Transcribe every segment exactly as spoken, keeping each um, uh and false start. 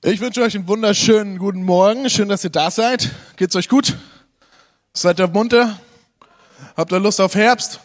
Ich wünsche euch einen wunderschönen guten Morgen. Schön, dass ihr da seid. Geht's euch gut? Seid ihr munter? Habt ihr Lust auf Herbst?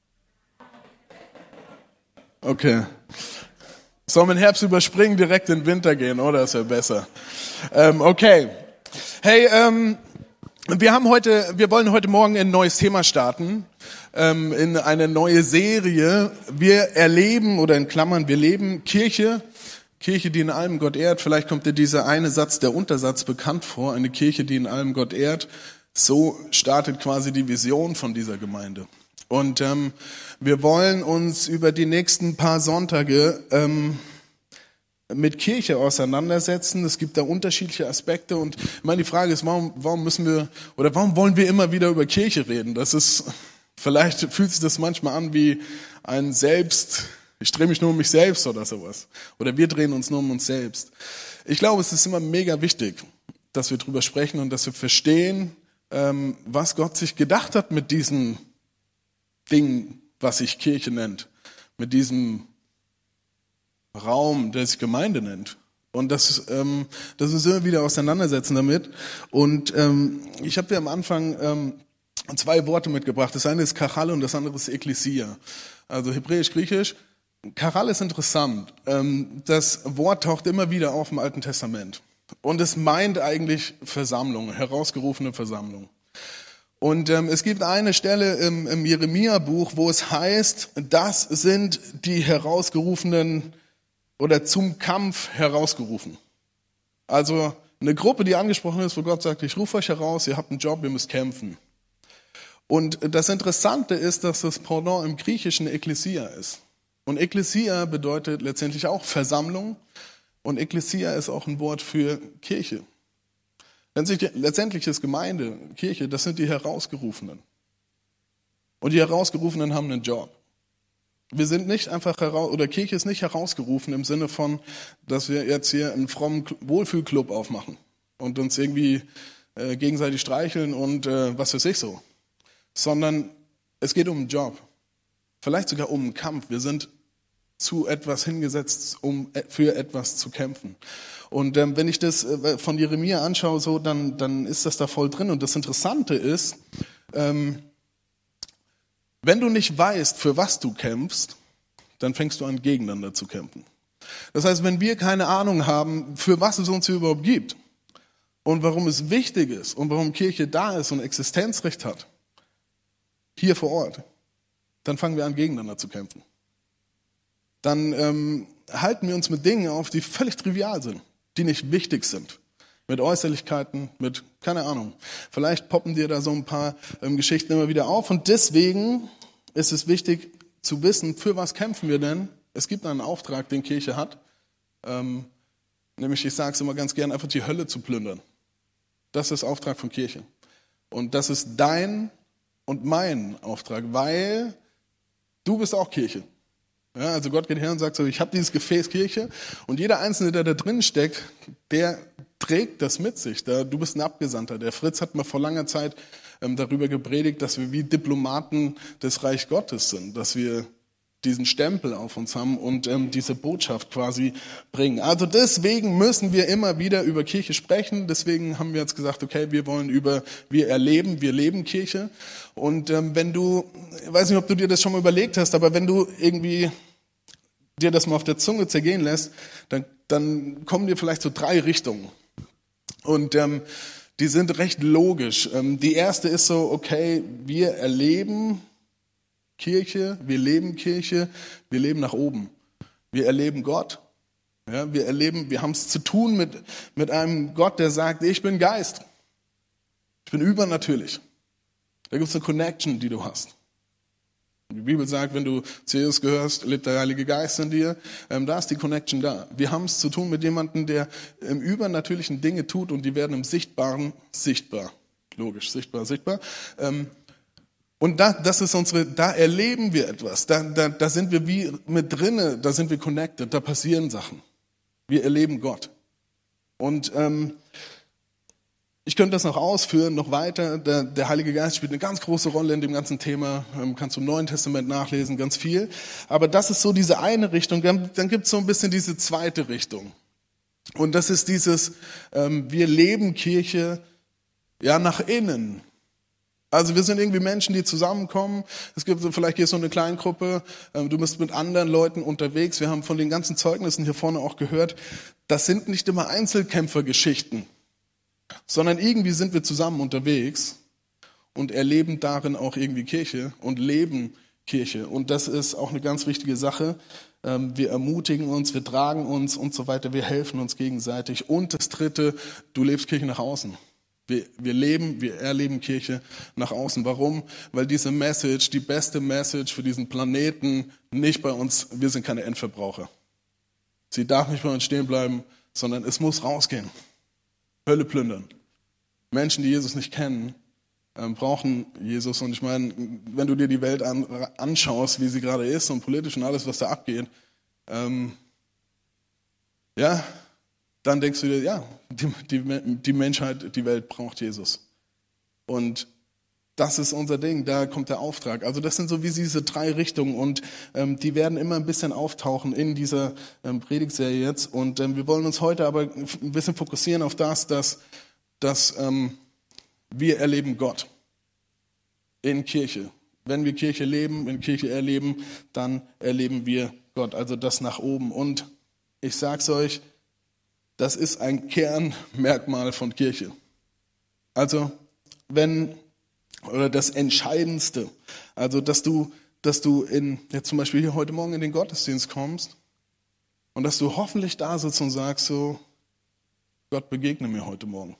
Okay. Sollen wir den Herbst überspringen, direkt in den Winter gehen, oder? Ist ja besser. Ähm, okay. Hey, ähm, wir haben heute, wir wollen heute Morgen ein neues Thema starten, ähm, in eine neue Serie. Wir erleben, oder in Klammern, wir leben Kirche. Kirche, die in allem Gott ehrt. Vielleicht kommt dir dieser eine Satz, der Untersatz, bekannt vor. Eine Kirche, die in allem Gott ehrt. So startet quasi die Vision von dieser Gemeinde. Und ähm, wir wollen uns über die nächsten paar Sonntage ähm, mit Kirche auseinandersetzen. Es gibt da unterschiedliche Aspekte. Und ich meine, die Frage ist, warum, warum müssen wir oder warum wollen wir immer wieder über Kirche reden? Das ist, vielleicht fühlt sich das manchmal an wie ein Selbst. Ich drehe mich nur um mich selbst oder sowas. Oder wir drehen uns nur um uns selbst. Ich glaube, es ist immer mega wichtig, dass wir drüber sprechen und dass wir verstehen, ähm, was Gott sich gedacht hat mit diesem Ding, was sich Kirche nennt. Mit diesem Raum, der sich Gemeinde nennt. Und das, ähm, das ist immer wieder auseinandersetzen damit. Und ähm, ich habe dir am Anfang ähm, zwei Worte mitgebracht. Das eine ist Kachal und das andere ist Ekklesia. Also Hebräisch, Griechisch. Kachal ist interessant. Das Wort taucht immer wieder auf im Alten Testament. Und es meint eigentlich Versammlung, herausgerufene Versammlung. Und es gibt eine Stelle im, im Jeremia-Buch, wo es heißt, das sind die herausgerufenen oder zum Kampf herausgerufen. Also eine Gruppe, die angesprochen ist, wo Gott sagt, ich rufe euch heraus, ihr habt einen Job, ihr müsst kämpfen. Und das Interessante ist, dass das Pendant im Griechischen Ekklesia ist. Und Ekklesia bedeutet letztendlich auch Versammlung. Und Ekklesia ist auch ein Wort für Kirche. Letztendlich ist Gemeinde, Kirche, das sind die Herausgerufenen. Und die Herausgerufenen haben einen Job. Wir sind nicht einfach heraus, oder Kirche ist nicht herausgerufen im Sinne von, dass wir jetzt hier einen frommen Wohlfühlclub aufmachen und uns irgendwie äh, gegenseitig streicheln und äh, was weiß ich so. Sondern es geht um einen Job. Vielleicht sogar um einen Kampf. Wir sind zu etwas hingesetzt, um für etwas zu kämpfen. Und ähm, wenn ich das äh, von Jeremia anschaue, so, dann, dann ist das da voll drin. Und das Interessante ist, ähm, wenn du nicht weißt, für was du kämpfst, dann fängst du an, gegeneinander zu kämpfen. Das heißt, wenn wir keine Ahnung haben, für was es uns hier überhaupt gibt und warum es wichtig ist und warum Kirche da ist und Existenzrecht hat, hier vor Ort, dann fangen wir an, gegeneinander zu kämpfen. Dann ähm, halten wir uns mit Dingen auf, die völlig trivial sind, die nicht wichtig sind. Mit Äußerlichkeiten, mit, keine Ahnung. Vielleicht poppen dir da so ein paar ähm, Geschichten immer wieder auf. Und deswegen ist es wichtig zu wissen, für was kämpfen wir denn? Es gibt einen Auftrag, den Kirche hat. Ähm, nämlich, ich sage es immer ganz gern, einfach die Hölle zu plündern. Das ist Auftrag von Kirche. Und das ist dein und mein Auftrag, weil du bist auch Kirche. Ja, also Gott geht her und sagt so, ich habe dieses Gefäß Kirche und jeder Einzelne, der da drin steckt, der trägt das mit sich. Da, du bist ein Abgesandter. Der Fritz hat mal vor langer Zeit ähm, darüber gepredigt, dass wir wie Diplomaten des Reich Gottes sind, dass wir diesen Stempel auf uns haben und ähm, diese Botschaft quasi bringen. Also deswegen müssen wir immer wieder über Kirche sprechen. Deswegen haben wir jetzt gesagt, okay, wir wollen über, wir erleben, wir leben Kirche. Und ähm, wenn du, ich weiß nicht, ob du dir das schon mal überlegt hast, aber wenn du irgendwie dir das mal auf der Zunge zergehen lässt, dann, dann kommen dir vielleicht so drei Richtungen. Und ähm, die sind recht logisch. Ähm, die erste ist so, okay, wir erleben Kirche, wir leben Kirche, wir leben nach oben. Wir erleben Gott. Ja, wir erleben, wir haben es zu tun mit, mit einem Gott, der sagt, ich bin Geist. Ich bin übernatürlich. Da gibt es eine Connection, die du hast. Die Bibel sagt, wenn du zu Jesus gehörst, lebt der Heilige Geist in dir. Ähm, da ist die Connection da. Wir haben es zu tun mit jemandem, der im Übernatürlichen Dinge tut und die werden im Sichtbaren sichtbar. Logisch, sichtbar, sichtbar. Ähm, Und da, das ist unsere, da erleben wir etwas, da, da, da sind wir wie mit drinne, da sind wir connected, da passieren Sachen. Wir erleben Gott. Und ähm, ich könnte das noch ausführen, noch weiter. Der, der Heilige Geist spielt eine ganz große Rolle in dem ganzen Thema. Ähm, kannst du im Neuen Testament nachlesen, ganz viel. Aber das ist so diese eine Richtung. Dann, dann gibt es so ein bisschen diese zweite Richtung. Und das ist dieses, ähm, wir leben Kirche ja nach innen. Also wir sind irgendwie Menschen, die zusammenkommen. Es gibt so, vielleicht hier so eine Kleingruppe, ähm, du bist mit anderen Leuten unterwegs. Wir haben von den ganzen Zeugnissen hier vorne auch gehört, das sind nicht immer Einzelkämpfergeschichten, sondern irgendwie sind wir zusammen unterwegs und erleben darin auch irgendwie Kirche und leben Kirche. Und das ist auch eine ganz wichtige Sache. Wir ermutigen uns, wir tragen uns und so weiter, wir helfen uns gegenseitig. Und das Dritte, du lebst Kirche nach außen. Wir, wir leben, wir erleben Kirche nach außen. Warum? Weil diese Message, die beste Message für diesen Planeten, nicht bei uns, wir sind keine Endverbraucher. Sie darf nicht bei uns stehen bleiben, sondern es muss rausgehen. Hölle plündern. Menschen, die Jesus nicht kennen, brauchen Jesus. Und ich meine, wenn du dir die Welt an, anschaust, wie sie gerade ist und politisch und alles, was da abgeht, ähm, ja, dann denkst du dir, ja, die, die, die Menschheit, die Welt braucht Jesus. Und das ist unser Ding, da kommt der Auftrag. Also das sind so wie diese drei Richtungen und ähm, die werden immer ein bisschen auftauchen in dieser ähm, Predigtserie jetzt. Und ähm, wir wollen uns heute aber ein bisschen fokussieren auf das, dass, dass ähm, wir erleben Gott in Kirche. Wenn wir Kirche leben, in Kirche erleben, dann erleben wir Gott. Also das nach oben. Und ich sag's euch, das ist ein Kernmerkmal von Kirche. Also wenn, oder das Entscheidendste, also dass du, dass du in, jetzt zum Beispiel hier heute Morgen in den Gottesdienst kommst und dass du hoffentlich da sitzt und sagst so, Gott begegne mir heute Morgen.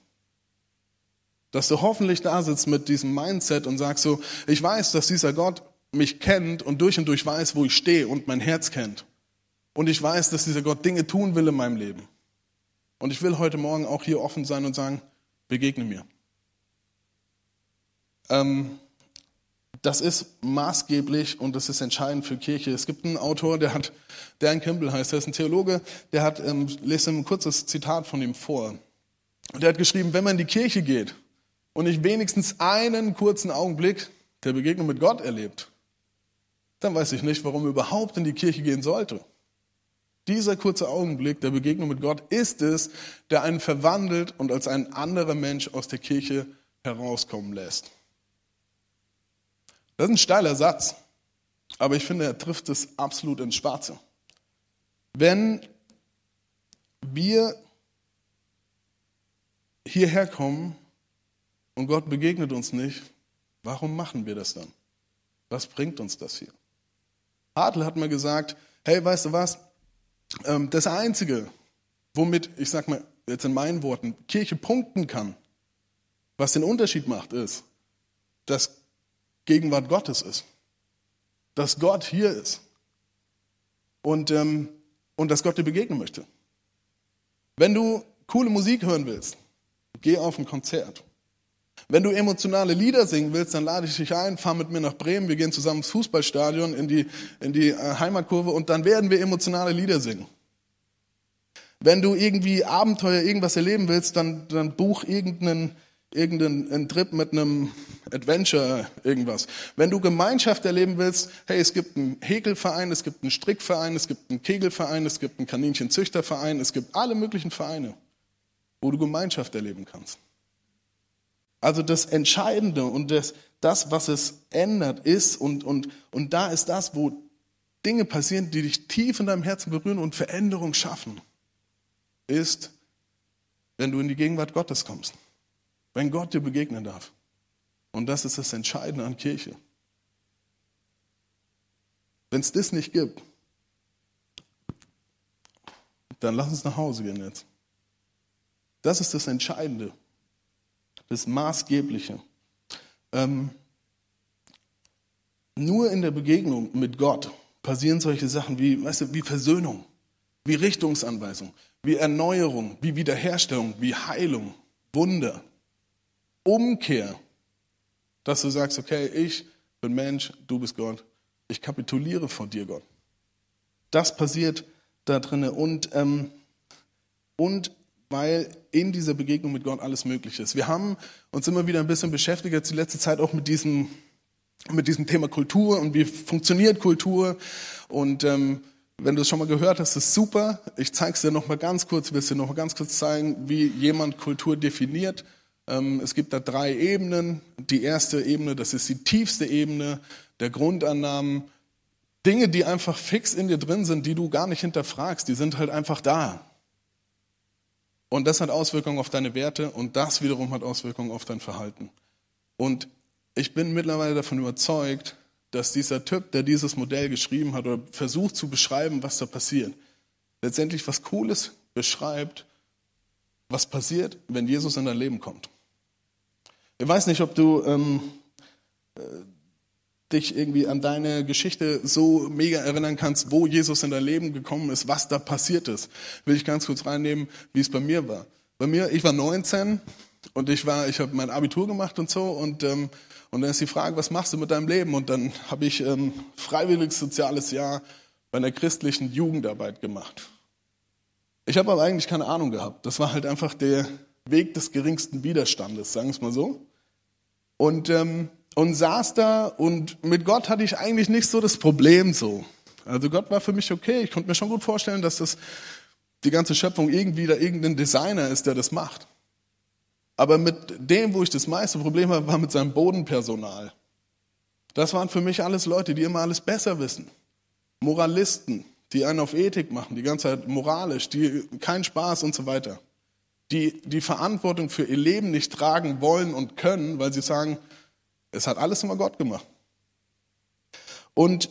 Dass du hoffentlich da sitzt mit diesem Mindset und sagst so, ich weiß, dass dieser Gott mich kennt und durch und durch weiß, wo ich stehe und mein Herz kennt. Und ich weiß, dass dieser Gott Dinge tun will in meinem Leben. Und ich will heute Morgen auch hier offen sein und sagen, begegne mir. Ähm, das ist maßgeblich und das ist entscheidend für Kirche. Es gibt einen Autor, der hat, Dan Kimball heißt, der ist ein Theologe, der hat, ähm, lese ein kurzes Zitat von ihm vor. Und der hat geschrieben, wenn man in die Kirche geht, und ich wenigstens einen kurzen Augenblick der Begegnung mit Gott erlebt, dann weiß ich nicht, warum er überhaupt in die Kirche gehen sollte. Dieser kurze Augenblick der Begegnung mit Gott ist es, der einen verwandelt und als ein anderer Mensch aus der Kirche herauskommen lässt. Das ist ein steiler Satz, aber ich finde, er trifft es absolut ins Schwarze. Wenn wir hierher kommen und Gott begegnet uns nicht, warum machen wir das dann? Was bringt uns das hier? Hartl hat mal gesagt, hey, weißt du was? Das Einzige, womit, ich sag mal jetzt in meinen Worten, Kirche punkten kann, was den Unterschied macht, ist, dass Gegenwart Gottes ist. Dass Gott hier ist. Und, ähm, und dass Gott dir begegnen möchte. Wenn du coole Musik hören willst, geh auf ein Konzert. Wenn du emotionale Lieder singen willst, dann lade ich dich ein, fahr mit mir nach Bremen, wir gehen zusammen ins Fußballstadion, in die, in die äh, Heimatkurve und dann werden wir emotionale Lieder singen. Wenn du irgendwie Abenteuer, irgendwas erleben willst, dann, dann buch irgendeinen, irgendeinen Trip mit einem Adventure, irgendwas. Wenn du Gemeinschaft erleben willst, hey, es gibt einen Häkelverein, es gibt einen Strickverein, es gibt einen Kegelverein, es gibt einen Kaninchenzüchterverein, es gibt alle möglichen Vereine, wo du Gemeinschaft erleben kannst. Also das Entscheidende und das, das was es ändert, ist, und, und, und da ist das, wo Dinge passieren, die dich tief in deinem Herzen berühren und Veränderung schaffen, ist, wenn du in die Gegenwart Gottes kommst. Wenn Gott dir begegnen darf. Und das ist das Entscheidende an Kirche. Wenn es das nicht gibt, dann lass uns nach Hause gehen jetzt. Das ist das Entscheidende. Das Maßgebliche. Ähm, nur in der Begegnung mit Gott passieren solche Sachen wie, weißt du, wie Versöhnung, wie Richtungsanweisung, wie Erneuerung, wie Wiederherstellung, wie Heilung, Wunder, Umkehr. Dass du sagst, okay, ich bin Mensch, du bist Gott. Ich kapituliere vor dir, Gott. Das passiert da drinnen. Und, ähm, und weil in dieser Begegnung mit Gott alles möglich ist. Wir haben uns immer wieder ein bisschen beschäftigt, jetzt die letzte Zeit auch mit diesem, mit diesem Thema Kultur und wie funktioniert Kultur. Und ähm, wenn du es schon mal gehört hast, ist super. Ich zeige es dir noch mal ganz kurz, will es dir noch mal ganz kurz zeigen, wie jemand Kultur definiert. Ähm, es gibt da drei Ebenen. Die erste Ebene, das ist die tiefste Ebene der Grundannahmen. Dinge, die einfach fix in dir drin sind, die du gar nicht hinterfragst, die sind halt einfach da. Und das hat Auswirkungen auf deine Werte und das wiederum hat Auswirkungen auf dein Verhalten. Und ich bin mittlerweile davon überzeugt, dass dieser Typ, der dieses Modell geschrieben hat oder versucht zu beschreiben, was da passiert, letztendlich was Cooles beschreibt, was passiert, wenn Jesus in dein Leben kommt. Ich weiß nicht, ob du ähm, äh, dich irgendwie an deine Geschichte so mega erinnern kannst, wo Jesus in dein Leben gekommen ist, was da passiert ist. Will ich ganz kurz reinnehmen, wie es bei mir war. Bei mir, ich war neunzehn und ich war, ich habe mein Abitur gemacht und so und ähm, und dann ist die Frage, was machst du mit deinem Leben? Und dann habe ich ähm, freiwilliges soziales Jahr bei einer christlichen Jugendarbeit gemacht. Ich habe aber eigentlich keine Ahnung gehabt. Das war halt einfach der Weg des geringsten Widerstandes, sagen wir es mal so. Und ähm, und saß da und mit Gott hatte ich eigentlich nicht so das Problem so. Also Gott war für mich okay. Ich konnte mir schon gut vorstellen, dass das die ganze Schöpfung irgendwie da irgendein Designer ist, der das macht. Aber mit dem, wo ich das meiste Problem habe, war mit seinem Bodenpersonal. Das waren für mich alles Leute, die immer alles besser wissen. Moralisten, die einen auf Ethik machen, die ganze Zeit moralisch, die keinen Spaß und so weiter. Die die Verantwortung für ihr Leben nicht tragen wollen und können, weil sie sagen, es hat alles immer Gott gemacht. Und,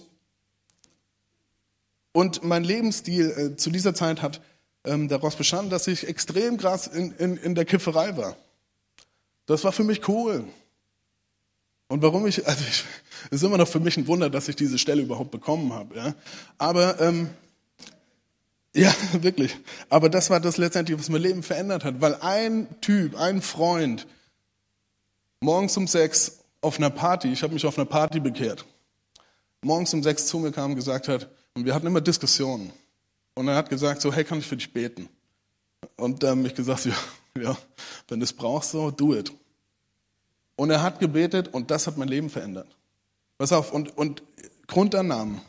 und mein Lebensstil äh, zu dieser Zeit hat ähm, daraus bestanden, dass ich extrem krass in, in, in der Kifferei war. Das war für mich cool. Und warum ich, also ich, es ist immer noch für mich ein Wunder, dass ich diese Stelle überhaupt bekommen habe. Ja? Aber, ähm, ja, wirklich. Aber das war das letztendlich, was mein Leben verändert hat. Weil ein Typ, ein Freund, morgens um sechs auf einer Party, ich habe mich auf einer Party bekehrt, morgens um sechs zu mir kam und gesagt hat, und wir hatten immer Diskussionen. Und er hat gesagt so, hey, kann ich für dich beten? Und ähm, ich gesagt, ja, ja, wenn du es brauchst, so, do it. Und er hat gebetet und das hat mein Leben verändert. Pass auf, und, und Grundannahmen.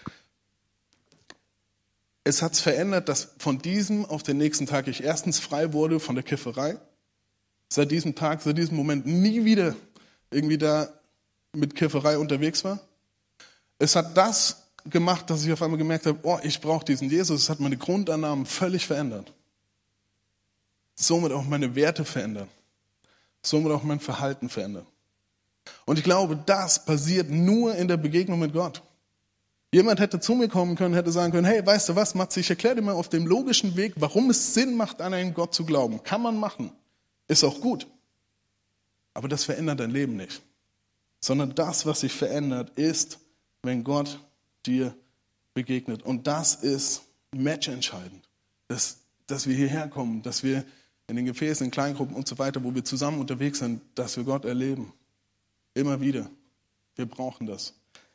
Es hat es verändert, dass von diesem auf den nächsten Tag ich erstens frei wurde von der Kifferei. Seit diesem Tag, seit diesem Moment nie wieder irgendwie da mit Kifferei unterwegs war. Es hat das gemacht, dass ich auf einmal gemerkt habe, oh, ich brauche diesen Jesus. Es hat meine Grundannahmen völlig verändert. Somit auch meine Werte verändert. Somit auch mein Verhalten verändert. Und ich glaube, das passiert nur in der Begegnung mit Gott. Jemand hätte zu mir kommen können, hätte sagen können, hey, weißt du was, Matze, ich erkläre dir mal auf dem logischen Weg, warum es Sinn macht, an einen Gott zu glauben. Kann man machen. Ist auch gut. Aber das verändert dein Leben nicht. Sondern das, was sich verändert, ist, wenn Gott dir begegnet. Und das ist matchentscheidend. Dass, dass wir hierher kommen, dass wir in den Gefäßen, in Kleingruppen und so weiter, wo wir zusammen unterwegs sind, dass wir Gott erleben. Immer wieder. Wir brauchen das.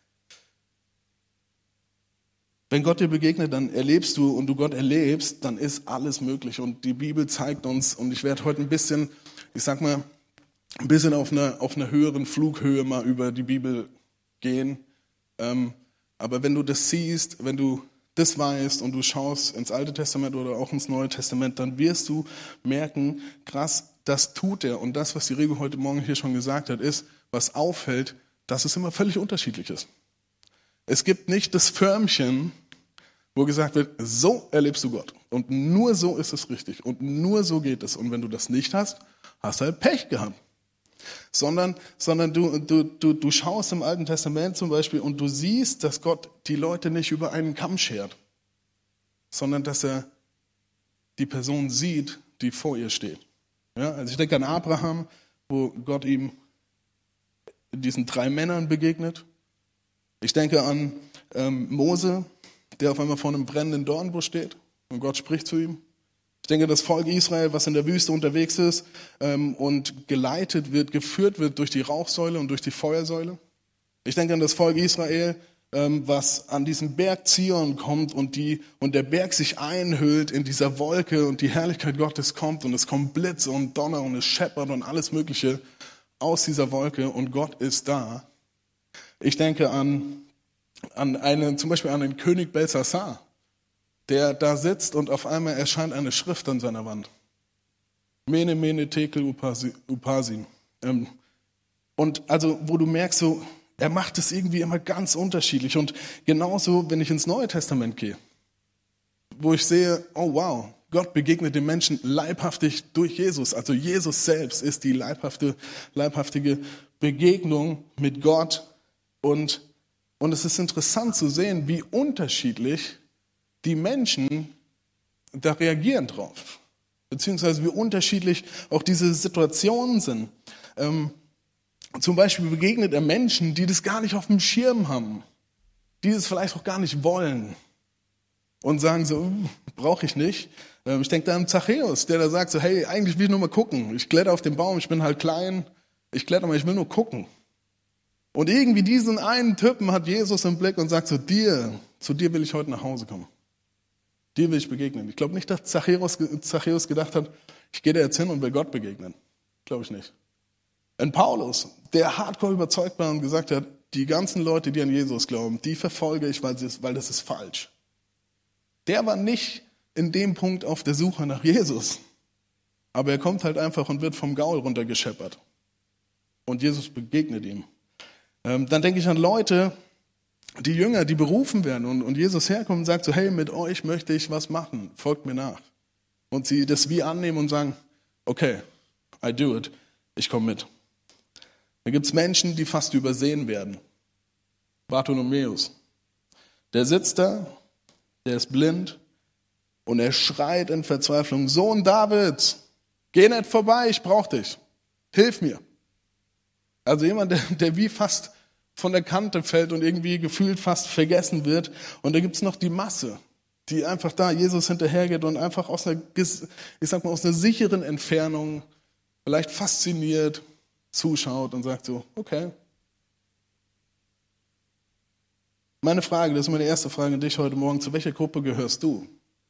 Wenn Gott dir begegnet, dann erlebst du und du Gott erlebst, dann ist alles möglich. Und die Bibel zeigt uns, und ich werde heute ein bisschen, ich sag mal, ein bisschen auf einer, auf einer höheren Flughöhe mal über die Bibel gehen. Ähm, aber wenn du das siehst, wenn du das weißt und du schaust ins Alte Testament oder auch ins Neue Testament, dann wirst du merken, krass, das tut er. Und das, was die Rego heute Morgen hier schon gesagt hat, ist, was auffällt, dass es immer völlig unterschiedlich ist. Es gibt nicht das Förmchen, wo gesagt wird, so erlebst du Gott. Und nur so ist es richtig. Und nur so geht es. Und wenn du das nicht hast, hast du halt Pech gehabt. Sondern, sondern du, du, du, du schaust im Alten Testament zum Beispiel und du siehst, dass Gott die Leute nicht über einen Kamm schert, sondern dass er die Person sieht, die vor ihr steht. Ja, also ich denke an Abraham, wo Gott ihm diesen drei Männern begegnet. Ich denke an ähm, Mose, der auf einmal vor einem brennenden Dornbusch steht und Gott spricht zu ihm. Ich denke, das Volk Israel, was in der Wüste unterwegs ist ähm, und geleitet wird, geführt wird durch die Rauchsäule und durch die Feuersäule. Ich denke an das Volk Israel, ähm, was an diesem Berg Zion kommt und, die, und der Berg sich einhüllt in dieser Wolke und die Herrlichkeit Gottes kommt und es kommt Blitz und Donner und es scheppert und alles Mögliche aus dieser Wolke und Gott ist da. Ich denke an, an einen, zum Beispiel an den König Belsassar, der da sitzt und auf einmal erscheint eine Schrift an seiner Wand. Mene, mene, tekel, upasi, upasin. Ähm, und also, wo du merkst, so, er macht es irgendwie immer ganz unterschiedlich. Und genauso, wenn ich ins Neue Testament gehe, wo ich sehe, oh wow, Gott begegnet den Menschen leibhaftig durch Jesus. Also Jesus selbst ist die leibhafte, leibhaftige Begegnung mit Gott. Und, und es ist interessant zu sehen, wie unterschiedlich die Menschen da reagieren drauf. Beziehungsweise wie unterschiedlich auch diese Situationen sind. Ähm, zum Beispiel begegnet er Menschen, die das gar nicht auf dem Schirm haben. Die das vielleicht auch gar nicht wollen. Und sagen so, brauche ich nicht. Ähm, ich denke da an Zachäus, der da sagt so, hey, eigentlich will ich nur mal gucken. Ich kletter auf den Baum, ich bin halt klein. Ich kletter mal, ich will nur gucken. Und irgendwie diesen einen Typen hat Jesus im Blick und sagt so, dir, zu dir will ich heute nach Hause kommen. Dir will ich begegnen. Ich glaube nicht, dass Zachäus, Zachäus gedacht hat, ich gehe da jetzt hin und will Gott begegnen. Glaube ich nicht. Ein Paulus, der hardcore überzeugt war und gesagt hat, die ganzen Leute, die an Jesus glauben, die verfolge ich, weil, sie, weil das ist falsch. Der war nicht in dem Punkt auf der Suche nach Jesus. Aber er kommt halt einfach und wird vom Gaul runtergescheppert. Und Jesus begegnet ihm. Ähm, dann denke ich an Leute, die Jünger, die berufen werden und, und Jesus herkommt und sagt so, hey, mit euch möchte ich was machen, folgt mir nach. Und sie das wie annehmen und sagen, okay, I do it, ich komme mit. Dann gibt es Menschen, die fast übersehen werden. Bartholomäus, der sitzt da, der ist blind und er schreit in Verzweiflung, Sohn Davids, geh nicht vorbei, ich brauche dich, hilf mir. Also jemand, der, der wie fast von der Kante fällt und irgendwie gefühlt fast vergessen wird. Und da gibt es noch die Masse, die einfach da Jesus hinterhergeht und einfach aus einer, ich sag mal, aus einer sicheren Entfernung vielleicht fasziniert zuschaut und sagt so, okay. Meine Frage, das ist meine erste Frage an dich heute Morgen, zu welcher Gruppe gehörst du?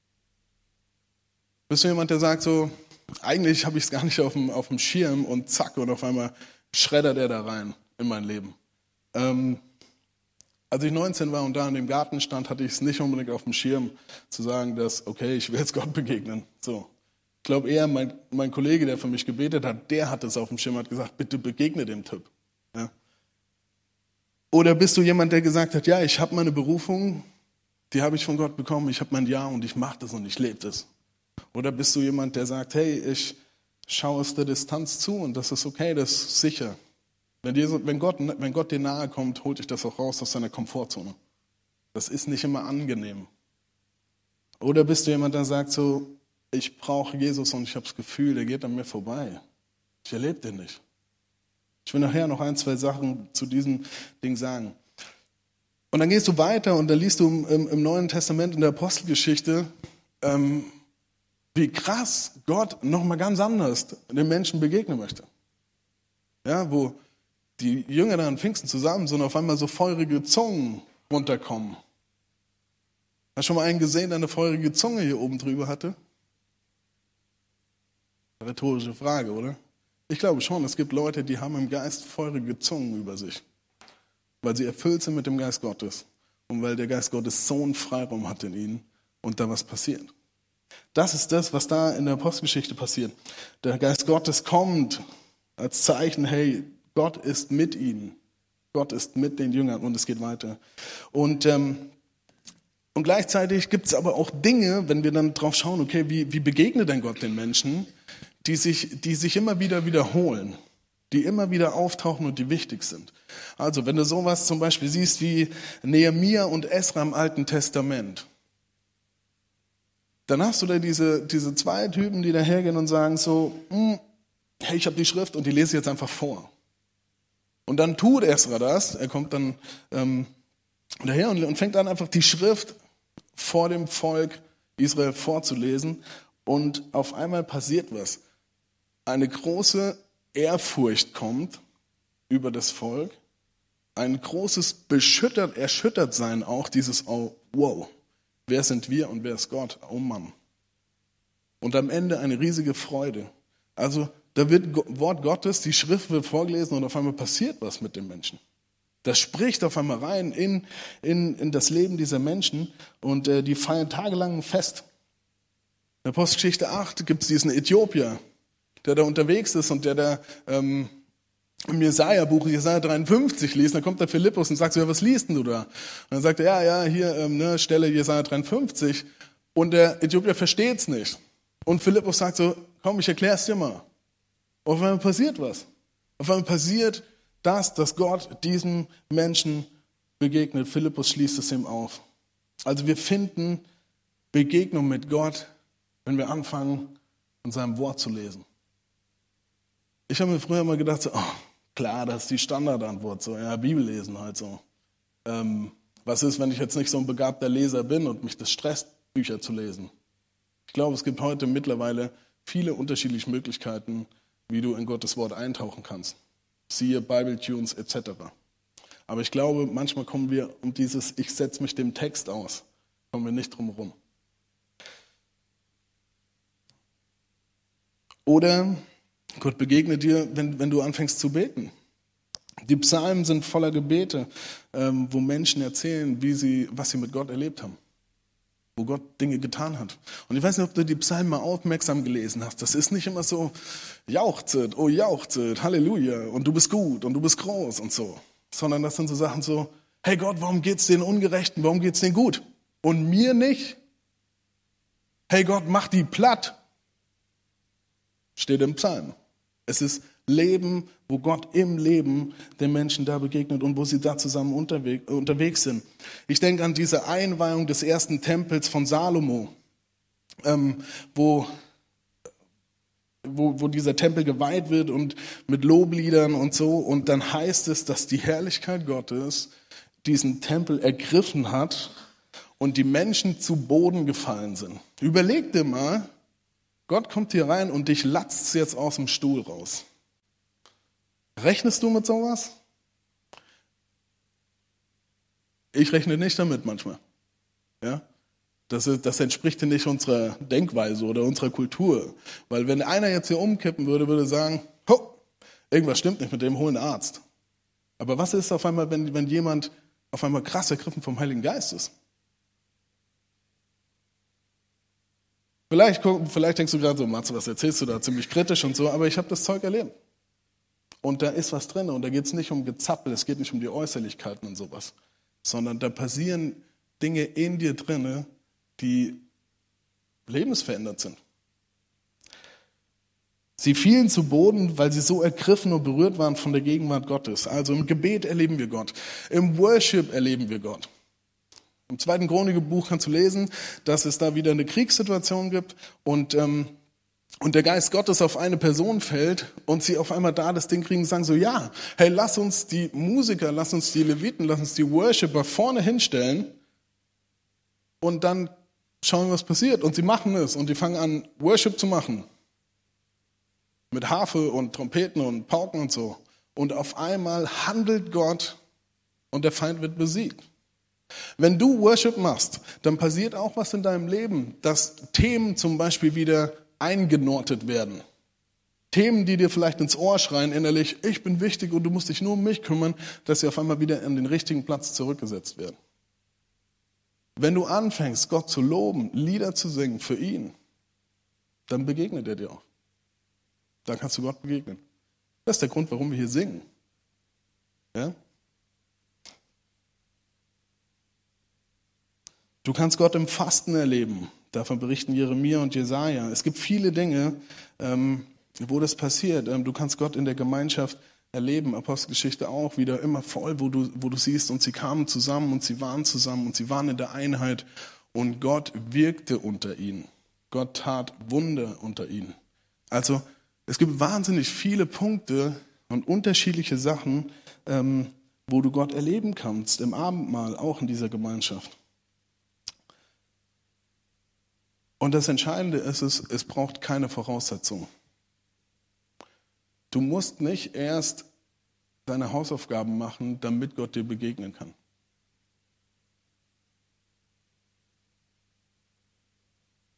Bist du jemand, der sagt so, eigentlich habe ich es gar nicht auf dem, auf dem Schirm und zack, und auf einmal schreddert er da rein in mein Leben. Ähm, als ich neunzehn war und da in dem Garten stand, hatte ich es nicht unbedingt auf dem Schirm, zu sagen, dass, okay, ich will jetzt Gott begegnen. So. Ich glaube eher, mein, mein Kollege, der für mich gebetet hat, der hat es auf dem Schirm, hat gesagt, bitte begegne dem Typ. Ja. Oder bist du jemand, der gesagt hat, ja, ich habe meine Berufung, die habe ich von Gott bekommen, ich habe mein Ja und ich mache das und ich lebe das. Oder bist du jemand, der sagt, hey, ich schaue aus der Distanz zu und das ist okay, das ist sicher. Wenn, Jesus, wenn, Gott, wenn Gott dir nahe kommt, holt dich das auch raus aus deiner Komfortzone. Das ist nicht immer angenehm. Oder bist du jemand, der sagt so, ich brauche Jesus und ich habe das Gefühl, der geht an mir vorbei. Ich erlebe den nicht. Ich will nachher noch ein, zwei Sachen zu diesem Ding sagen. Und dann gehst du weiter und dann liest du im, im Neuen Testament in der Apostelgeschichte, ähm, wie krass Gott nochmal ganz anders den Menschen begegnen möchte. Ja, wo die Jünger da an Pfingsten zusammen sind und auf einmal so feurige Zungen runterkommen. Hast du schon mal einen gesehen, der eine feurige Zunge hier oben drüber hatte? Rhetorische Frage, oder? Ich glaube schon, es gibt Leute, die haben im Geist feurige Zungen über sich, weil sie erfüllt sind mit dem Geist Gottes und weil der Geist Gottes so einen Freiraum hat in ihnen und da was passiert. Das ist das, was da in der Apostelgeschichte passiert. Der Geist Gottes kommt als Zeichen, hey, Gott ist mit ihnen. Gott ist mit den Jüngern und es geht weiter. Und, ähm, und gleichzeitig gibt es aber auch Dinge, wenn wir dann drauf schauen, okay, wie, wie begegnet denn Gott den Menschen, die sich, die sich immer wieder wiederholen, die immer wieder auftauchen und die wichtig sind. Also wenn du sowas zum Beispiel siehst wie Nehemia und Esra im Alten Testament, dann hast du da diese, diese zwei Typen, die dahergehen und sagen so, hey, ich habe die Schrift und die lese ich jetzt einfach vor. Und dann tut Esra das, er kommt dann ähm, daher und, und fängt an einfach die Schrift vor dem Volk Israel vorzulesen und auf einmal passiert was. Eine große Ehrfurcht kommt über das Volk, ein großes Beschüttert, Erschüttertsein auch, dieses oh, wow, wer sind wir und wer ist Gott? Oh Mann. Und am Ende eine riesige Freude. Also da wird Wort Gottes, die Schrift wird vorgelesen und auf einmal passiert was mit den Menschen. Das spricht auf einmal rein in, in, in das Leben dieser Menschen und äh, die feiern tagelang ein Fest. In der Apostelgeschichte acht gibt es diesen Äthiopier, der da unterwegs ist und der da ähm, im Jesaja-Buch, Jesaja dreiundfünfzig liest. Dann kommt der Philippus und sagt so, ja, was liest denn du da? Und dann sagt er, ja, ja, hier, ähm, ne, Stelle Jesaja dreiundfünfzig. Und der Äthiopier versteht es nicht. Und Philippus sagt so, komm, ich erkläre es dir mal. Und auf einmal passiert was. Auf einmal passiert das, dass Gott diesem Menschen begegnet. Philippus schließt es ihm auf. Also wir finden Begegnung mit Gott, wenn wir anfangen, in seinem Wort zu lesen. Ich habe mir früher immer gedacht, so, oh, klar, das ist die Standardantwort, so, ja, Bibel lesen halt so. Ähm, was ist, wenn ich jetzt nicht so ein begabter Leser bin und mich das stresst, Bücher zu lesen? Ich glaube, es gibt heute mittlerweile viele unterschiedliche Möglichkeiten, wie du in Gottes Wort eintauchen kannst. Siehe Bible-Tunes et cetera. Aber ich glaube, manchmal kommen wir um dieses Ich setze mich dem Text aus, kommen wir nicht drum herum. Oder Gott begegnet dir, wenn, wenn du anfängst zu beten. Die Psalmen sind voller Gebete, ähm, wo Menschen erzählen, wie sie, was sie mit Gott erlebt haben. Wo Gott Dinge getan hat. Und ich weiß nicht, ob du die Psalmen mal aufmerksam gelesen hast. Das ist nicht immer so, jauchzet, oh jauchzet, Halleluja, und du bist gut und du bist groß und so. Sondern das sind so Sachen so, hey Gott, warum geht's den Ungerechten, warum geht's denen gut? Und mir nicht? Hey Gott, mach die platt. Steht im Psalm. Es ist Leben, wo Gott im Leben den Menschen da begegnet und wo sie da zusammen unterwegs, unterwegs sind. Ich denke an diese Einweihung des ersten Tempels von Salomo, ähm, wo, wo, wo dieser Tempel geweiht wird und mit Lobliedern und so. Und dann heißt es, dass die Herrlichkeit Gottes diesen Tempel ergriffen hat und die Menschen zu Boden gefallen sind. Überleg dir mal, Gott kommt hier rein und dich latzt jetzt aus dem Stuhl raus. Rechnest du mit sowas? Ich rechne nicht damit manchmal. Ja? Das, ist, das entspricht ja nicht unserer Denkweise oder unserer Kultur. Weil wenn einer jetzt hier umkippen würde, würde sagen, ho, irgendwas stimmt nicht mit dem, hol einen Arzt. Aber was ist auf einmal, wenn, wenn jemand auf einmal krass ergriffen vom Heiligen Geist ist? Vielleicht, vielleicht denkst du gerade so, Matze, was erzählst du da, ziemlich kritisch und so, aber ich habe das Zeug erlebt. Und da ist was drin und da geht es nicht um Gezappel, es geht nicht um die Äußerlichkeiten und sowas, sondern da passieren Dinge in dir drin, die lebensverändert sind. Sie fielen zu Boden, weil sie so ergriffen und berührt waren von der Gegenwart Gottes. Also im Gebet erleben wir Gott, im Worship erleben wir Gott. Im zweiten Chronikbuch kannst du lesen, dass es da wieder eine Kriegssituation gibt und, ähm, und der Geist Gottes auf eine Person fällt und sie auf einmal da das Ding kriegen und sagen so, ja, hey, lass uns die Musiker, lass uns die Leviten, lass uns die Worshipper vorne hinstellen und dann schauen, was passiert. Und sie machen es und die fangen an, Worship zu machen. Mit Harfe und Trompeten und Pauken und so. Und auf einmal handelt Gott und der Feind wird besiegt. Wenn du Worship machst, dann passiert auch was in deinem Leben, dass Themen zum Beispiel wieder eingenortet werden. Themen, die dir vielleicht ins Ohr schreien innerlich, ich bin wichtig und du musst dich nur um mich kümmern, dass sie auf einmal wieder an den richtigen Platz zurückgesetzt werden. Wenn du anfängst, Gott zu loben, Lieder zu singen für ihn, dann begegnet er dir auch. Dann kannst du Gott begegnen. Das ist der Grund, warum wir hier singen. Ja? Du kannst Gott im Fasten erleben. Davon berichten Jeremia und Jesaja. Es gibt viele Dinge, ähm, wo das passiert. Ähm, du kannst Gott in der Gemeinschaft erleben. Apostelgeschichte auch wieder immer voll, wo du, wo du siehst, und sie kamen zusammen und sie waren zusammen und sie waren in der Einheit und Gott wirkte unter ihnen. Gott tat Wunder unter ihnen. Also es gibt wahnsinnig viele Punkte und unterschiedliche Sachen, ähm, wo du Gott erleben kannst, im Abendmahl, auch in dieser Gemeinschaft. Und das Entscheidende ist, es, es braucht keine Voraussetzung. Du musst nicht erst deine Hausaufgaben machen, damit Gott dir begegnen kann.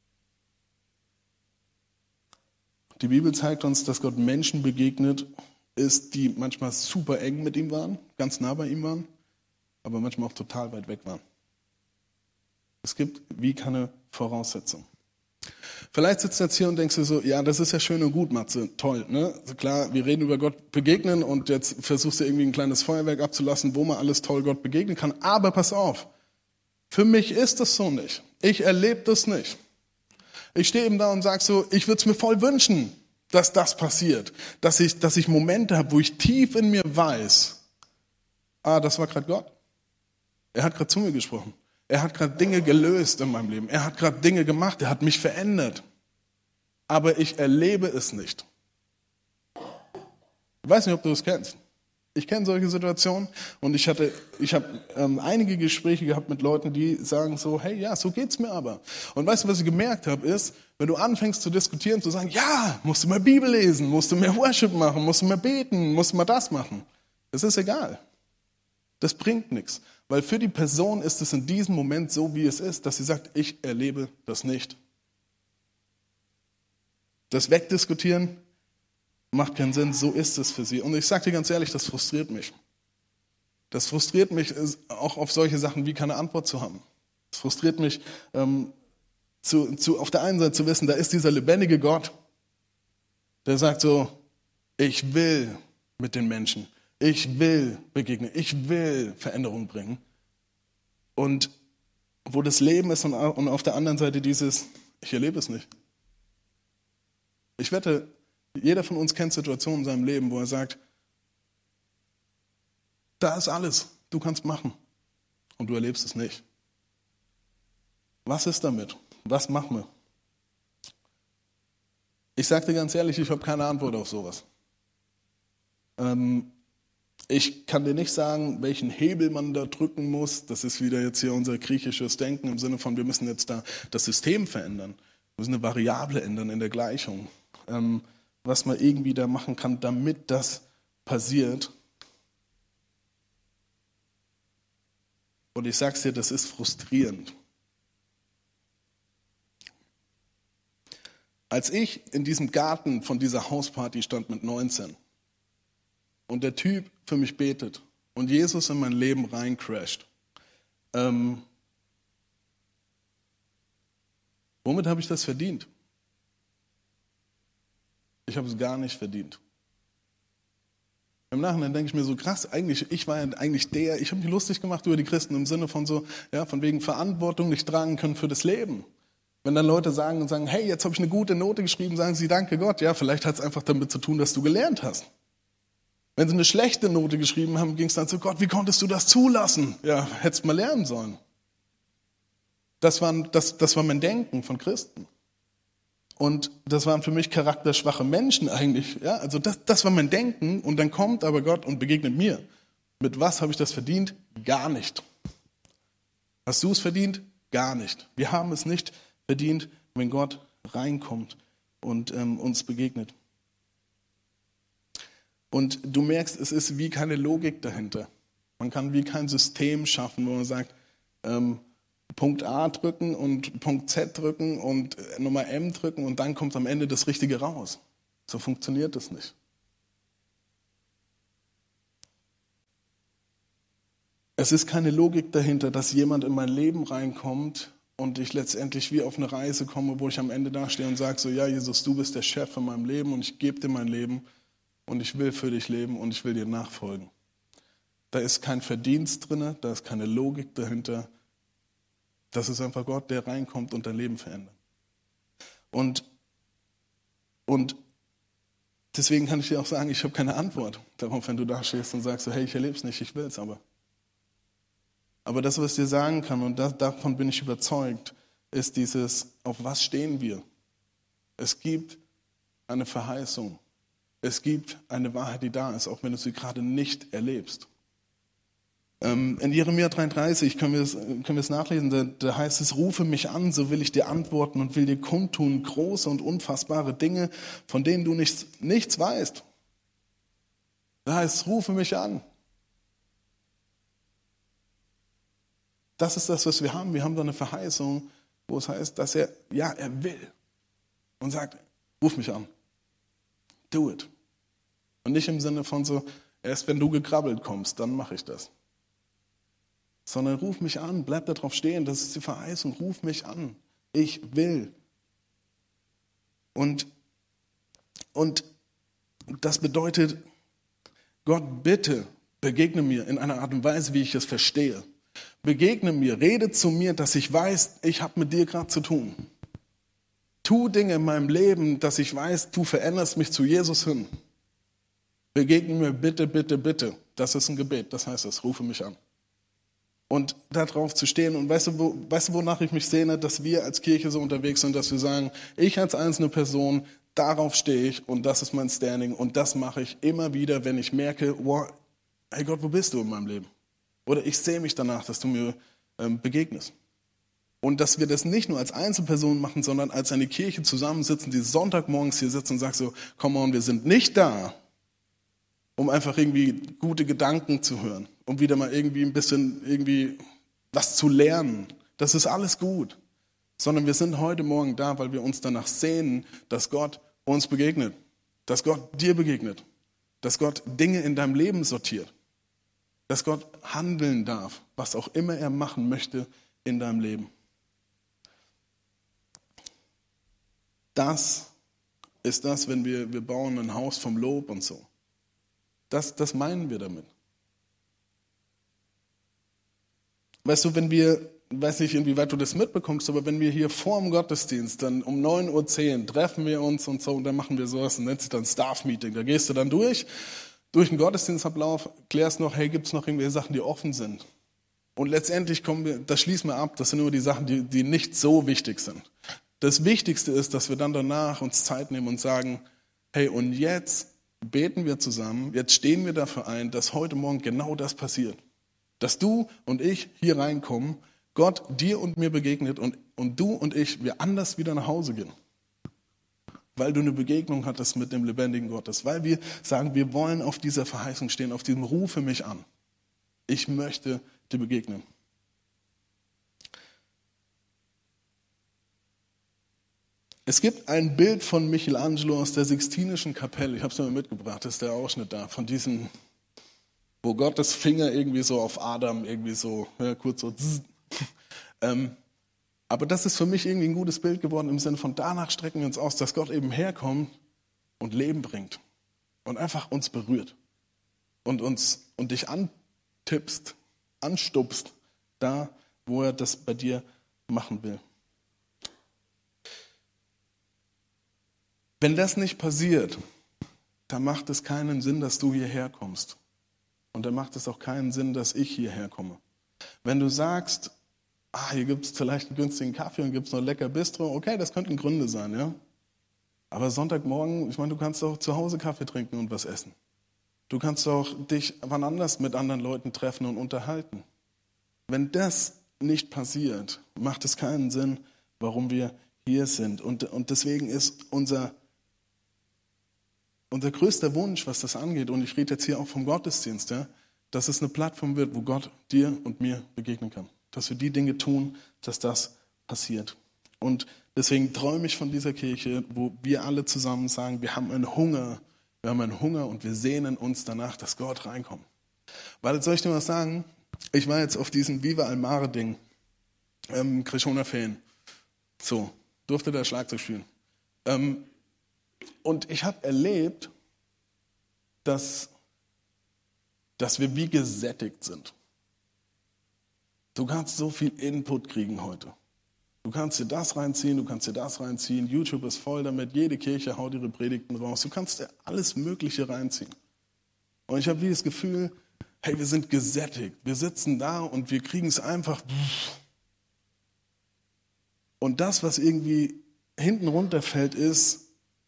Die Bibel zeigt uns, dass Gott Menschen begegnet ist, die manchmal super eng mit ihm waren, ganz nah bei ihm waren, aber manchmal auch total weit weg waren. Es gibt wie keine Voraussetzung. Vielleicht sitzt du jetzt hier und denkst dir so, ja, das ist ja schön und gut, Matze, toll, ne? Also klar, wir reden über Gott begegnen und jetzt versuchst du irgendwie ein kleines Feuerwerk abzulassen, wo man alles toll Gott begegnen kann. Aber pass auf, für mich ist das so nicht. Ich erlebe das nicht. Ich stehe eben da und sage so, ich würde es mir voll wünschen, dass das passiert. Dass ich, dass ich Momente habe, wo ich tief in mir weiß, ah, das war gerade Gott. Er hat gerade zu mir gesprochen. Er hat gerade Dinge gelöst in meinem Leben. Er hat gerade Dinge gemacht. Er hat mich verändert. Aber ich erlebe es nicht. Ich weiß nicht, ob du es kennst. Ich kenne solche Situationen und ich hatte, ich habe ähm, einige Gespräche gehabt mit Leuten, die sagen so, hey, ja, so geht's mir aber. Und weißt du, was ich gemerkt habe, ist, wenn du anfängst zu diskutieren, zu sagen, ja, musst du mehr Bibel lesen, musst du mehr Worship machen, musst du mehr beten, musst du mal das machen. Das ist egal. Das bringt nichts. Weil für die Person ist es in diesem Moment so, wie es ist, dass sie sagt, ich erlebe das nicht. Das Wegdiskutieren macht keinen Sinn, so ist es für sie. Und ich sage dir ganz ehrlich, das frustriert mich. Das frustriert mich auch auf solche Sachen wie keine Antwort zu haben. Es frustriert mich, ähm, zu, zu, auf der einen Seite zu wissen, da ist dieser lebendige Gott, der sagt so, ich will mit den Menschen, ich will begegnen, ich will Veränderung bringen. Und wo das Leben ist und auf der anderen Seite dieses, ich erlebe es nicht. Ich wette, jeder von uns kennt Situationen in seinem Leben, wo er sagt, da ist alles, du kannst machen und du erlebst es nicht. Was ist damit? Was machen wir? Ich sage dir ganz ehrlich, ich habe keine Antwort auf sowas. Ähm, ich kann dir nicht sagen, welchen Hebel man da drücken muss. Das ist wieder jetzt hier unser griechisches Denken im Sinne von, wir müssen jetzt da das System verändern. Wir müssen eine Variable ändern in der Gleichung. Ähm, was man irgendwie da machen kann, damit das passiert. Und ich sag's dir, das ist frustrierend. Als ich in diesem Garten von dieser Hausparty stand mit neunzehn und der Typ für mich betet und Jesus in mein Leben reincrasht, ähm, womit habe ich das verdient? Ich habe es gar nicht verdient. Im Nachhinein denke ich mir so, krass, eigentlich, ich war ja eigentlich der, ich habe mich lustig gemacht über die Christen im Sinne von so, ja, von wegen Verantwortung nicht tragen können für das Leben. Wenn dann Leute sagen und sagen, hey, jetzt habe ich eine gute Note geschrieben, sagen sie, danke Gott. Ja, vielleicht hat es einfach damit zu tun, dass du gelernt hast. Wenn sie eine schlechte Note geschrieben haben, ging es dann so, Gott, wie konntest du das zulassen? Ja, hättest mal lernen sollen. Das war, das, das war mein Denken von Christen. Und das waren für mich charakterschwache Menschen eigentlich. Ja, also das, das war mein Denken. Und dann kommt aber Gott und begegnet mir. Mit was habe ich das verdient? Gar nicht. Hast du es verdient? Gar nicht. Wir haben es nicht verdient, wenn Gott reinkommt und ähm, uns begegnet. Und du merkst, es ist wie keine Logik dahinter. Man kann wie kein System schaffen, wo man sagt, ähm, Punkt A drücken und Punkt Z drücken und Nummer M drücken und dann kommt am Ende das Richtige raus. So funktioniert das nicht. Es ist keine Logik dahinter, dass jemand in mein Leben reinkommt und ich letztendlich wie auf eine Reise komme, wo ich am Ende dastehe und sage so, ja Jesus, du bist der Chef in meinem Leben und ich gebe dir mein Leben und ich will für dich leben und ich will dir nachfolgen. Da ist kein Verdienst drin, da ist keine Logik dahinter. Das ist einfach Gott, der reinkommt und dein Leben verändert. Und, und deswegen kann ich dir auch sagen, ich habe keine Antwort darauf, wenn du da stehst und sagst, so, hey, ich erlebe es nicht, ich will es aber. Aber das, was ich dir sagen kann, und das, davon bin ich überzeugt, ist dieses, auf was stehen wir? Es gibt eine Verheißung. Es gibt eine Wahrheit, die da ist, auch wenn du sie gerade nicht erlebst. In Jeremia dreiunddreißig können wir es, können wir es nachlesen, da, da heißt es, rufe mich an, so will ich dir antworten und will dir kundtun große und unfassbare Dinge, von denen du nichts, nichts weißt. Da heißt es, rufe mich an. Das ist das, was wir haben. Wir haben da eine Verheißung, wo es heißt, dass er, ja, er will und sagt, ruf mich an. Do it. Und nicht im Sinne von so, erst wenn du gekrabbelt kommst, dann mache ich das. Sondern ruf mich an, bleib da drauf stehen, das ist die Verheißung, ruf mich an. Ich will. Und, und das bedeutet, Gott, bitte begegne mir in einer Art und Weise, wie ich es verstehe. Begegne mir, rede zu mir, dass ich weiß, ich habe mit dir gerade zu tun. Tu Dinge in meinem Leben, dass ich weiß, du veränderst mich zu Jesus hin. Begegne mir bitte, bitte, bitte. Das ist ein Gebet, das heißt es, rufe mich an. Und da drauf zu stehen und weißt du, wo, weißt du, wonach ich mich sehne, dass wir als Kirche so unterwegs sind, dass wir sagen, ich als einzelne Person, darauf stehe ich und das ist mein Standing und das mache ich immer wieder, wenn ich merke, wow, hey Gott, wo bist du in meinem Leben? Oder ich sehe mich danach, dass du mir ähm, begegnest. Und dass wir das nicht nur als Einzelpersonen machen, sondern als eine Kirche zusammensitzen, die Sonntagmorgens hier sitzt und sagt so, komm on, wir sind nicht da, um einfach irgendwie gute Gedanken zu hören, um wieder mal irgendwie ein bisschen irgendwie was zu lernen. Das ist alles gut. Sondern wir sind heute Morgen da, weil wir uns danach sehnen, dass Gott uns begegnet, dass Gott dir begegnet, dass Gott Dinge in deinem Leben sortiert, dass Gott handeln darf, was auch immer er machen möchte in deinem Leben. Das ist das, wenn wir, wir bauen ein Haus vom Lob und so. Das, das meinen wir damit. Weißt du, wenn wir, weiß nicht, inwieweit du das mitbekommst, aber wenn wir hier vor dem Gottesdienst, dann um neun Uhr zehn treffen wir uns und so, und dann machen wir sowas, und nennt sich dann Staff-Meeting. Da gehst du dann durch, durch den Gottesdienstablauf, klärst noch, hey, gibt es noch irgendwelche Sachen, die offen sind? Und letztendlich kommen wir, das schließen wir ab, das sind nur die Sachen, die, die nicht so wichtig sind. Das Wichtigste ist, dass wir dann danach uns Zeit nehmen und sagen, hey, und jetzt beten wir zusammen, jetzt stehen wir dafür ein, dass heute Morgen genau das passiert. Dass du und ich hier reinkommen, Gott dir und mir begegnet und, und du und ich, wir anders wieder nach Hause gehen. Weil du eine Begegnung hattest mit dem lebendigen Gottes. Weil wir sagen, wir wollen auf dieser Verheißung stehen, auf diesem Rufe mich an. Ich möchte dir begegnen. Es gibt ein Bild von Michelangelo aus der Sixtinischen Kapelle, ich habe es mir mitgebracht, das ist der Ausschnitt da, von diesem, wo Gottes Finger irgendwie so auf Adam irgendwie so, ja, kurz so, zzz. ähm, aber das ist für mich irgendwie ein gutes Bild geworden, im Sinne von danach strecken wir uns aus, dass Gott eben herkommt und Leben bringt und einfach uns berührt und uns und dich antippst, anstupst, da, wo er das bei dir machen will. Wenn das nicht passiert, dann macht es keinen Sinn, dass du hierher kommst. Und dann macht es auch keinen Sinn, dass ich hierher komme. Wenn du sagst, ah, hier gibt es vielleicht einen günstigen Kaffee und gibt es noch lecker Bistro, okay, das könnten Gründe sein, ja. Aber Sonntagmorgen, ich meine, du kannst auch zu Hause Kaffee trinken und was essen. Du kannst auch dich wann anders mit anderen Leuten treffen und unterhalten. Wenn das nicht passiert, macht es keinen Sinn, warum wir hier sind. Und, und deswegen ist unser Unser größter Wunsch, was das angeht, und ich rede jetzt hier auch vom Gottesdienst, ja, dass es eine Plattform wird, wo Gott dir und mir begegnen kann. Dass wir die Dinge tun, dass das passiert. Und deswegen träume ich von dieser Kirche, wo wir alle zusammen sagen, wir haben einen Hunger, wir haben einen Hunger und wir sehnen uns danach, dass Gott reinkommt. Weil, soll ich dir was sagen? Ich war jetzt auf diesem Viva Almare-Ding, ähm, Krishona-Fan. So, durfte da Schlagzeug spielen. Ähm, Und ich habe erlebt, dass, dass wir wie gesättigt sind. Du kannst so viel Input kriegen heute. Du kannst dir das reinziehen, du kannst dir das reinziehen. YouTube ist voll damit, jede Kirche haut ihre Predigten raus. Du kannst dir alles Mögliche reinziehen. Und ich habe wie das Gefühl, hey, wir sind gesättigt. Wir sitzen da und wir kriegen es einfach. Und das, was irgendwie hinten runterfällt, ist,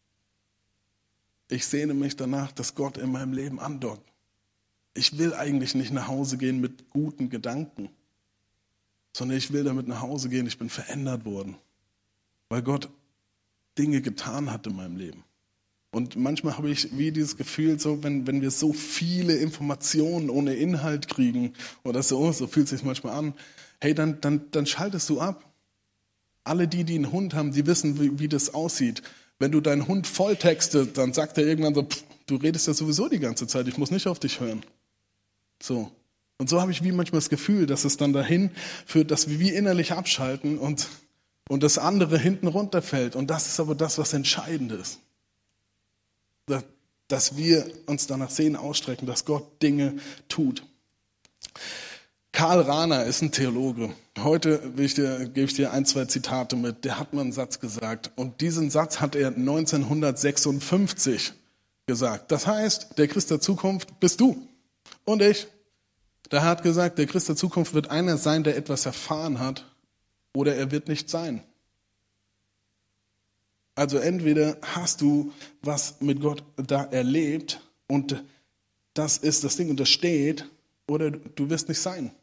ich sehne mich danach, dass Gott in meinem Leben andockt. Ich will eigentlich nicht nach Hause gehen mit guten Gedanken, sondern ich will damit nach Hause gehen, ich bin verändert worden, weil Gott Dinge getan hat in meinem Leben. Und manchmal habe ich wie dieses Gefühl, so wenn, wenn wir so viele Informationen ohne Inhalt kriegen oder so, so fühlt es sich manchmal an, hey, dann, dann, dann schaltest du ab. Alle die, die einen Hund haben, die wissen, wie, wie das aussieht. Wenn du deinen Hund volltextest, dann sagt er irgendwann so, du redest ja sowieso die ganze Zeit, ich muss nicht auf dich hören. So. Und so habe ich wie manchmal das Gefühl, dass es dann dahin führt, dass wir wie innerlich abschalten und, und das andere hinten runterfällt. Und das ist aber das, was entscheidend ist. Dass wir uns danach sehen, ausstrecken, dass Gott Dinge tut. Karl Rahner ist ein Theologe. Heute will ich dir, gebe ich dir ein, zwei Zitate mit. Der hat mal einen Satz gesagt. Und diesen Satz hat er neunzehnhundertsechsundfünfzig gesagt. Das heißt, der Christ der Zukunft bist du und ich. Der hat gesagt, der Christ der Zukunft wird einer sein, der etwas erfahren hat, oder er wird nicht sein. Also entweder hast du was mit Gott da erlebt und das ist das Ding und das steht, oder du wirst nicht sein.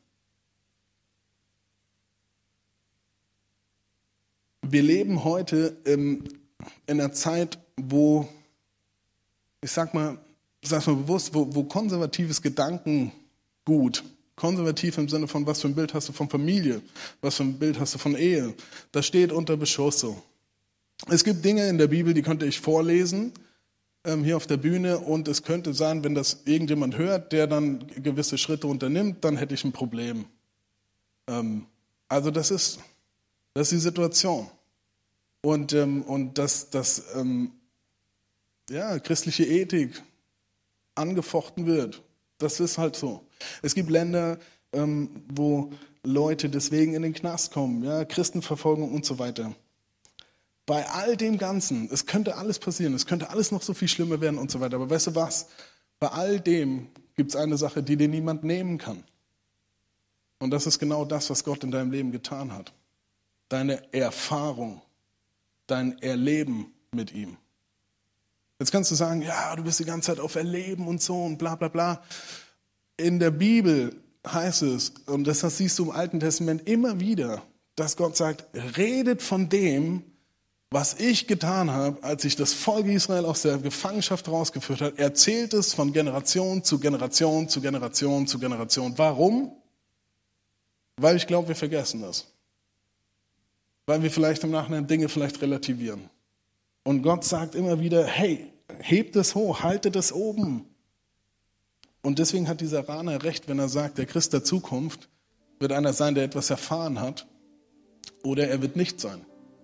Wir leben heute in einer Zeit, wo, ich sag mal, ich sag's mal bewusst, wo, wo konservatives Gedankengut, konservativ im Sinne von, was für ein Bild hast du von Familie, was für ein Bild hast du von Ehe, das steht unter Beschuss so. Es gibt Dinge in der Bibel, die könnte ich vorlesen, ähm, hier auf der Bühne, und es könnte sein, wenn das irgendjemand hört, der dann gewisse Schritte unternimmt, dann hätte ich ein Problem. Ähm, also das ist, das ist die Situation. Und, ähm, und dass, dass ähm, ja, christliche Ethik angefochten wird, das ist halt so. Es gibt Länder, ähm, wo Leute deswegen in den Knast kommen, ja, Christenverfolgung und so weiter. Bei all dem Ganzen, es könnte alles passieren, es könnte alles noch so viel schlimmer werden und so weiter. Aber weißt du was? Bei all dem gibt es eine Sache, die dir niemand nehmen kann. Und das ist genau das, was Gott in deinem Leben getan hat. Deine Erfahrung, dein Erleben mit ihm. Jetzt kannst du sagen, ja, du bist die ganze Zeit auf Erleben und so und bla bla bla. In der Bibel heißt es, und das siehst du im Alten Testament immer wieder, dass Gott sagt, redet von dem, was ich getan habe, als ich das Volk Israel aus der Gefangenschaft rausgeführt habe. Erzählt es von Generation zu Generation zu Generation zu Generation. Warum? Weil ich glaube, wir vergessen das. Weil wir vielleicht im Nachhinein Dinge vielleicht relativieren. Und Gott sagt immer wieder, hey, hebt es hoch, haltet es oben. Und deswegen hat dieser Rahner recht, wenn er sagt, der Christ der Zukunft wird einer sein, der etwas erfahren hat, oder er wird nicht sein.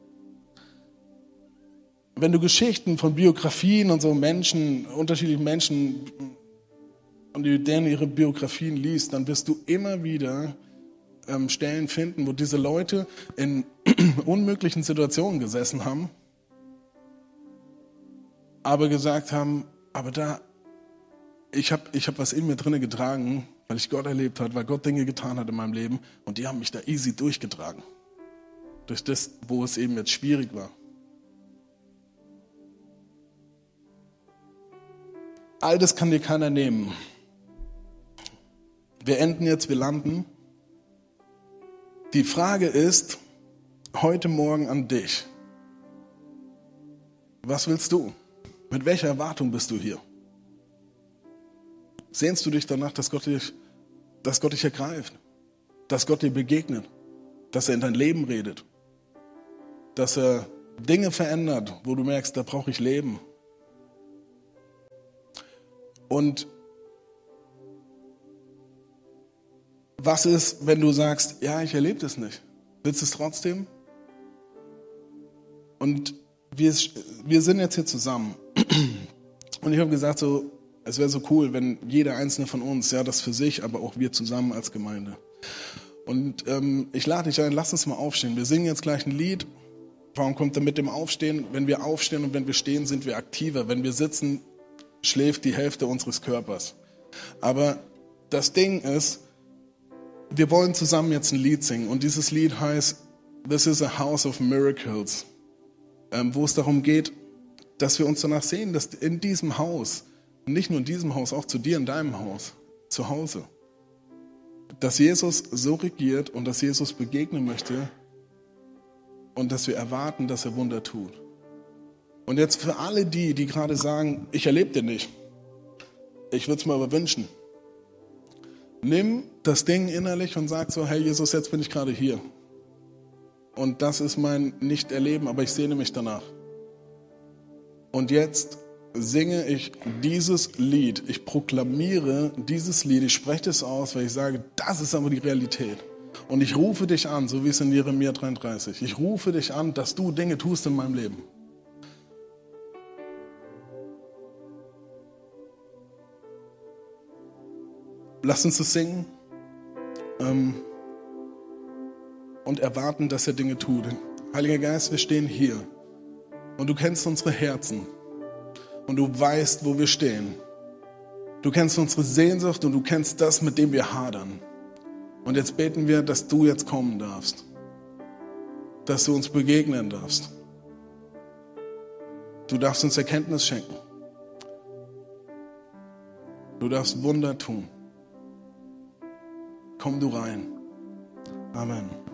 Wenn du Geschichten von Biografien und so Menschen, unterschiedlichen Menschen und denen ihre Biografien liest, dann wirst du immer wieder ähm, Stellen finden, wo diese Leute in unmöglichen Situationen gesessen haben, aber gesagt haben, aber da, ich habe ich hab was in mir drinne getragen, weil ich Gott erlebt habe, weil Gott Dinge getan hat in meinem Leben, und die haben mich da easy durchgetragen. Durch das, wo es eben jetzt schwierig war. All das kann dir keiner nehmen. Wir enden jetzt, wir landen. Die Frage ist, heute Morgen an dich. Was willst du? Mit welcher Erwartung bist du hier? Sehnst du dich danach, dass Gott dich, dass Gott dich ergreift? Dass Gott dir begegnet? Dass er in dein Leben redet? Dass er Dinge verändert, wo du merkst, da brauche ich Leben? Und was ist, wenn du sagst, ja, ich erlebe das nicht? Willst du es trotzdem? Und wir, wir sind jetzt hier zusammen. Und ich habe gesagt, so, es wäre so cool, wenn jeder einzelne von uns, ja, das für sich, aber auch wir zusammen als Gemeinde. Und ähm, ich lade dich ein, lass uns mal aufstehen. Wir singen jetzt gleich ein Lied. Warum kommt er mit dem Aufstehen? Wenn wir aufstehen und wenn wir stehen, sind wir aktiver. Wenn wir sitzen, schläft die Hälfte unseres Körpers. Aber das Ding ist, wir wollen zusammen jetzt ein Lied singen. Und dieses Lied heißt This is a House of Miracles. Ähm, wo es darum geht, dass wir uns danach sehen, dass in diesem Haus, nicht nur in diesem Haus, auch zu dir in deinem Haus, zu Hause, dass Jesus so regiert und dass Jesus begegnen möchte und dass wir erwarten, dass er Wunder tut. Und jetzt für alle die, die gerade sagen, ich erlebe den nicht, ich würde es mir aber wünschen, nimm das Ding innerlich und sag so, hey Jesus, jetzt bin ich gerade hier. Und das ist mein Nicht-Erleben, aber ich sehne mich danach. Und jetzt singe ich dieses Lied, ich proklamiere dieses Lied, ich spreche es aus, weil ich sage, das ist aber die Realität. Und ich rufe dich an, so wie es in Jeremia dreiunddreißig, ich rufe dich an, dass du Dinge tust in meinem Leben. Lass uns das singen ähm, und erwarten, dass er Dinge tut. Heiliger Geist, wir stehen hier und du kennst unsere Herzen. Und du weißt, wo wir stehen. Du kennst unsere Sehnsucht und du kennst das, mit dem wir hadern. Und jetzt beten wir, dass du jetzt kommen darfst. Dass du uns begegnen darfst. Du darfst uns Erkenntnis schenken. Du darfst Wunder tun. Komm du rein. Amen.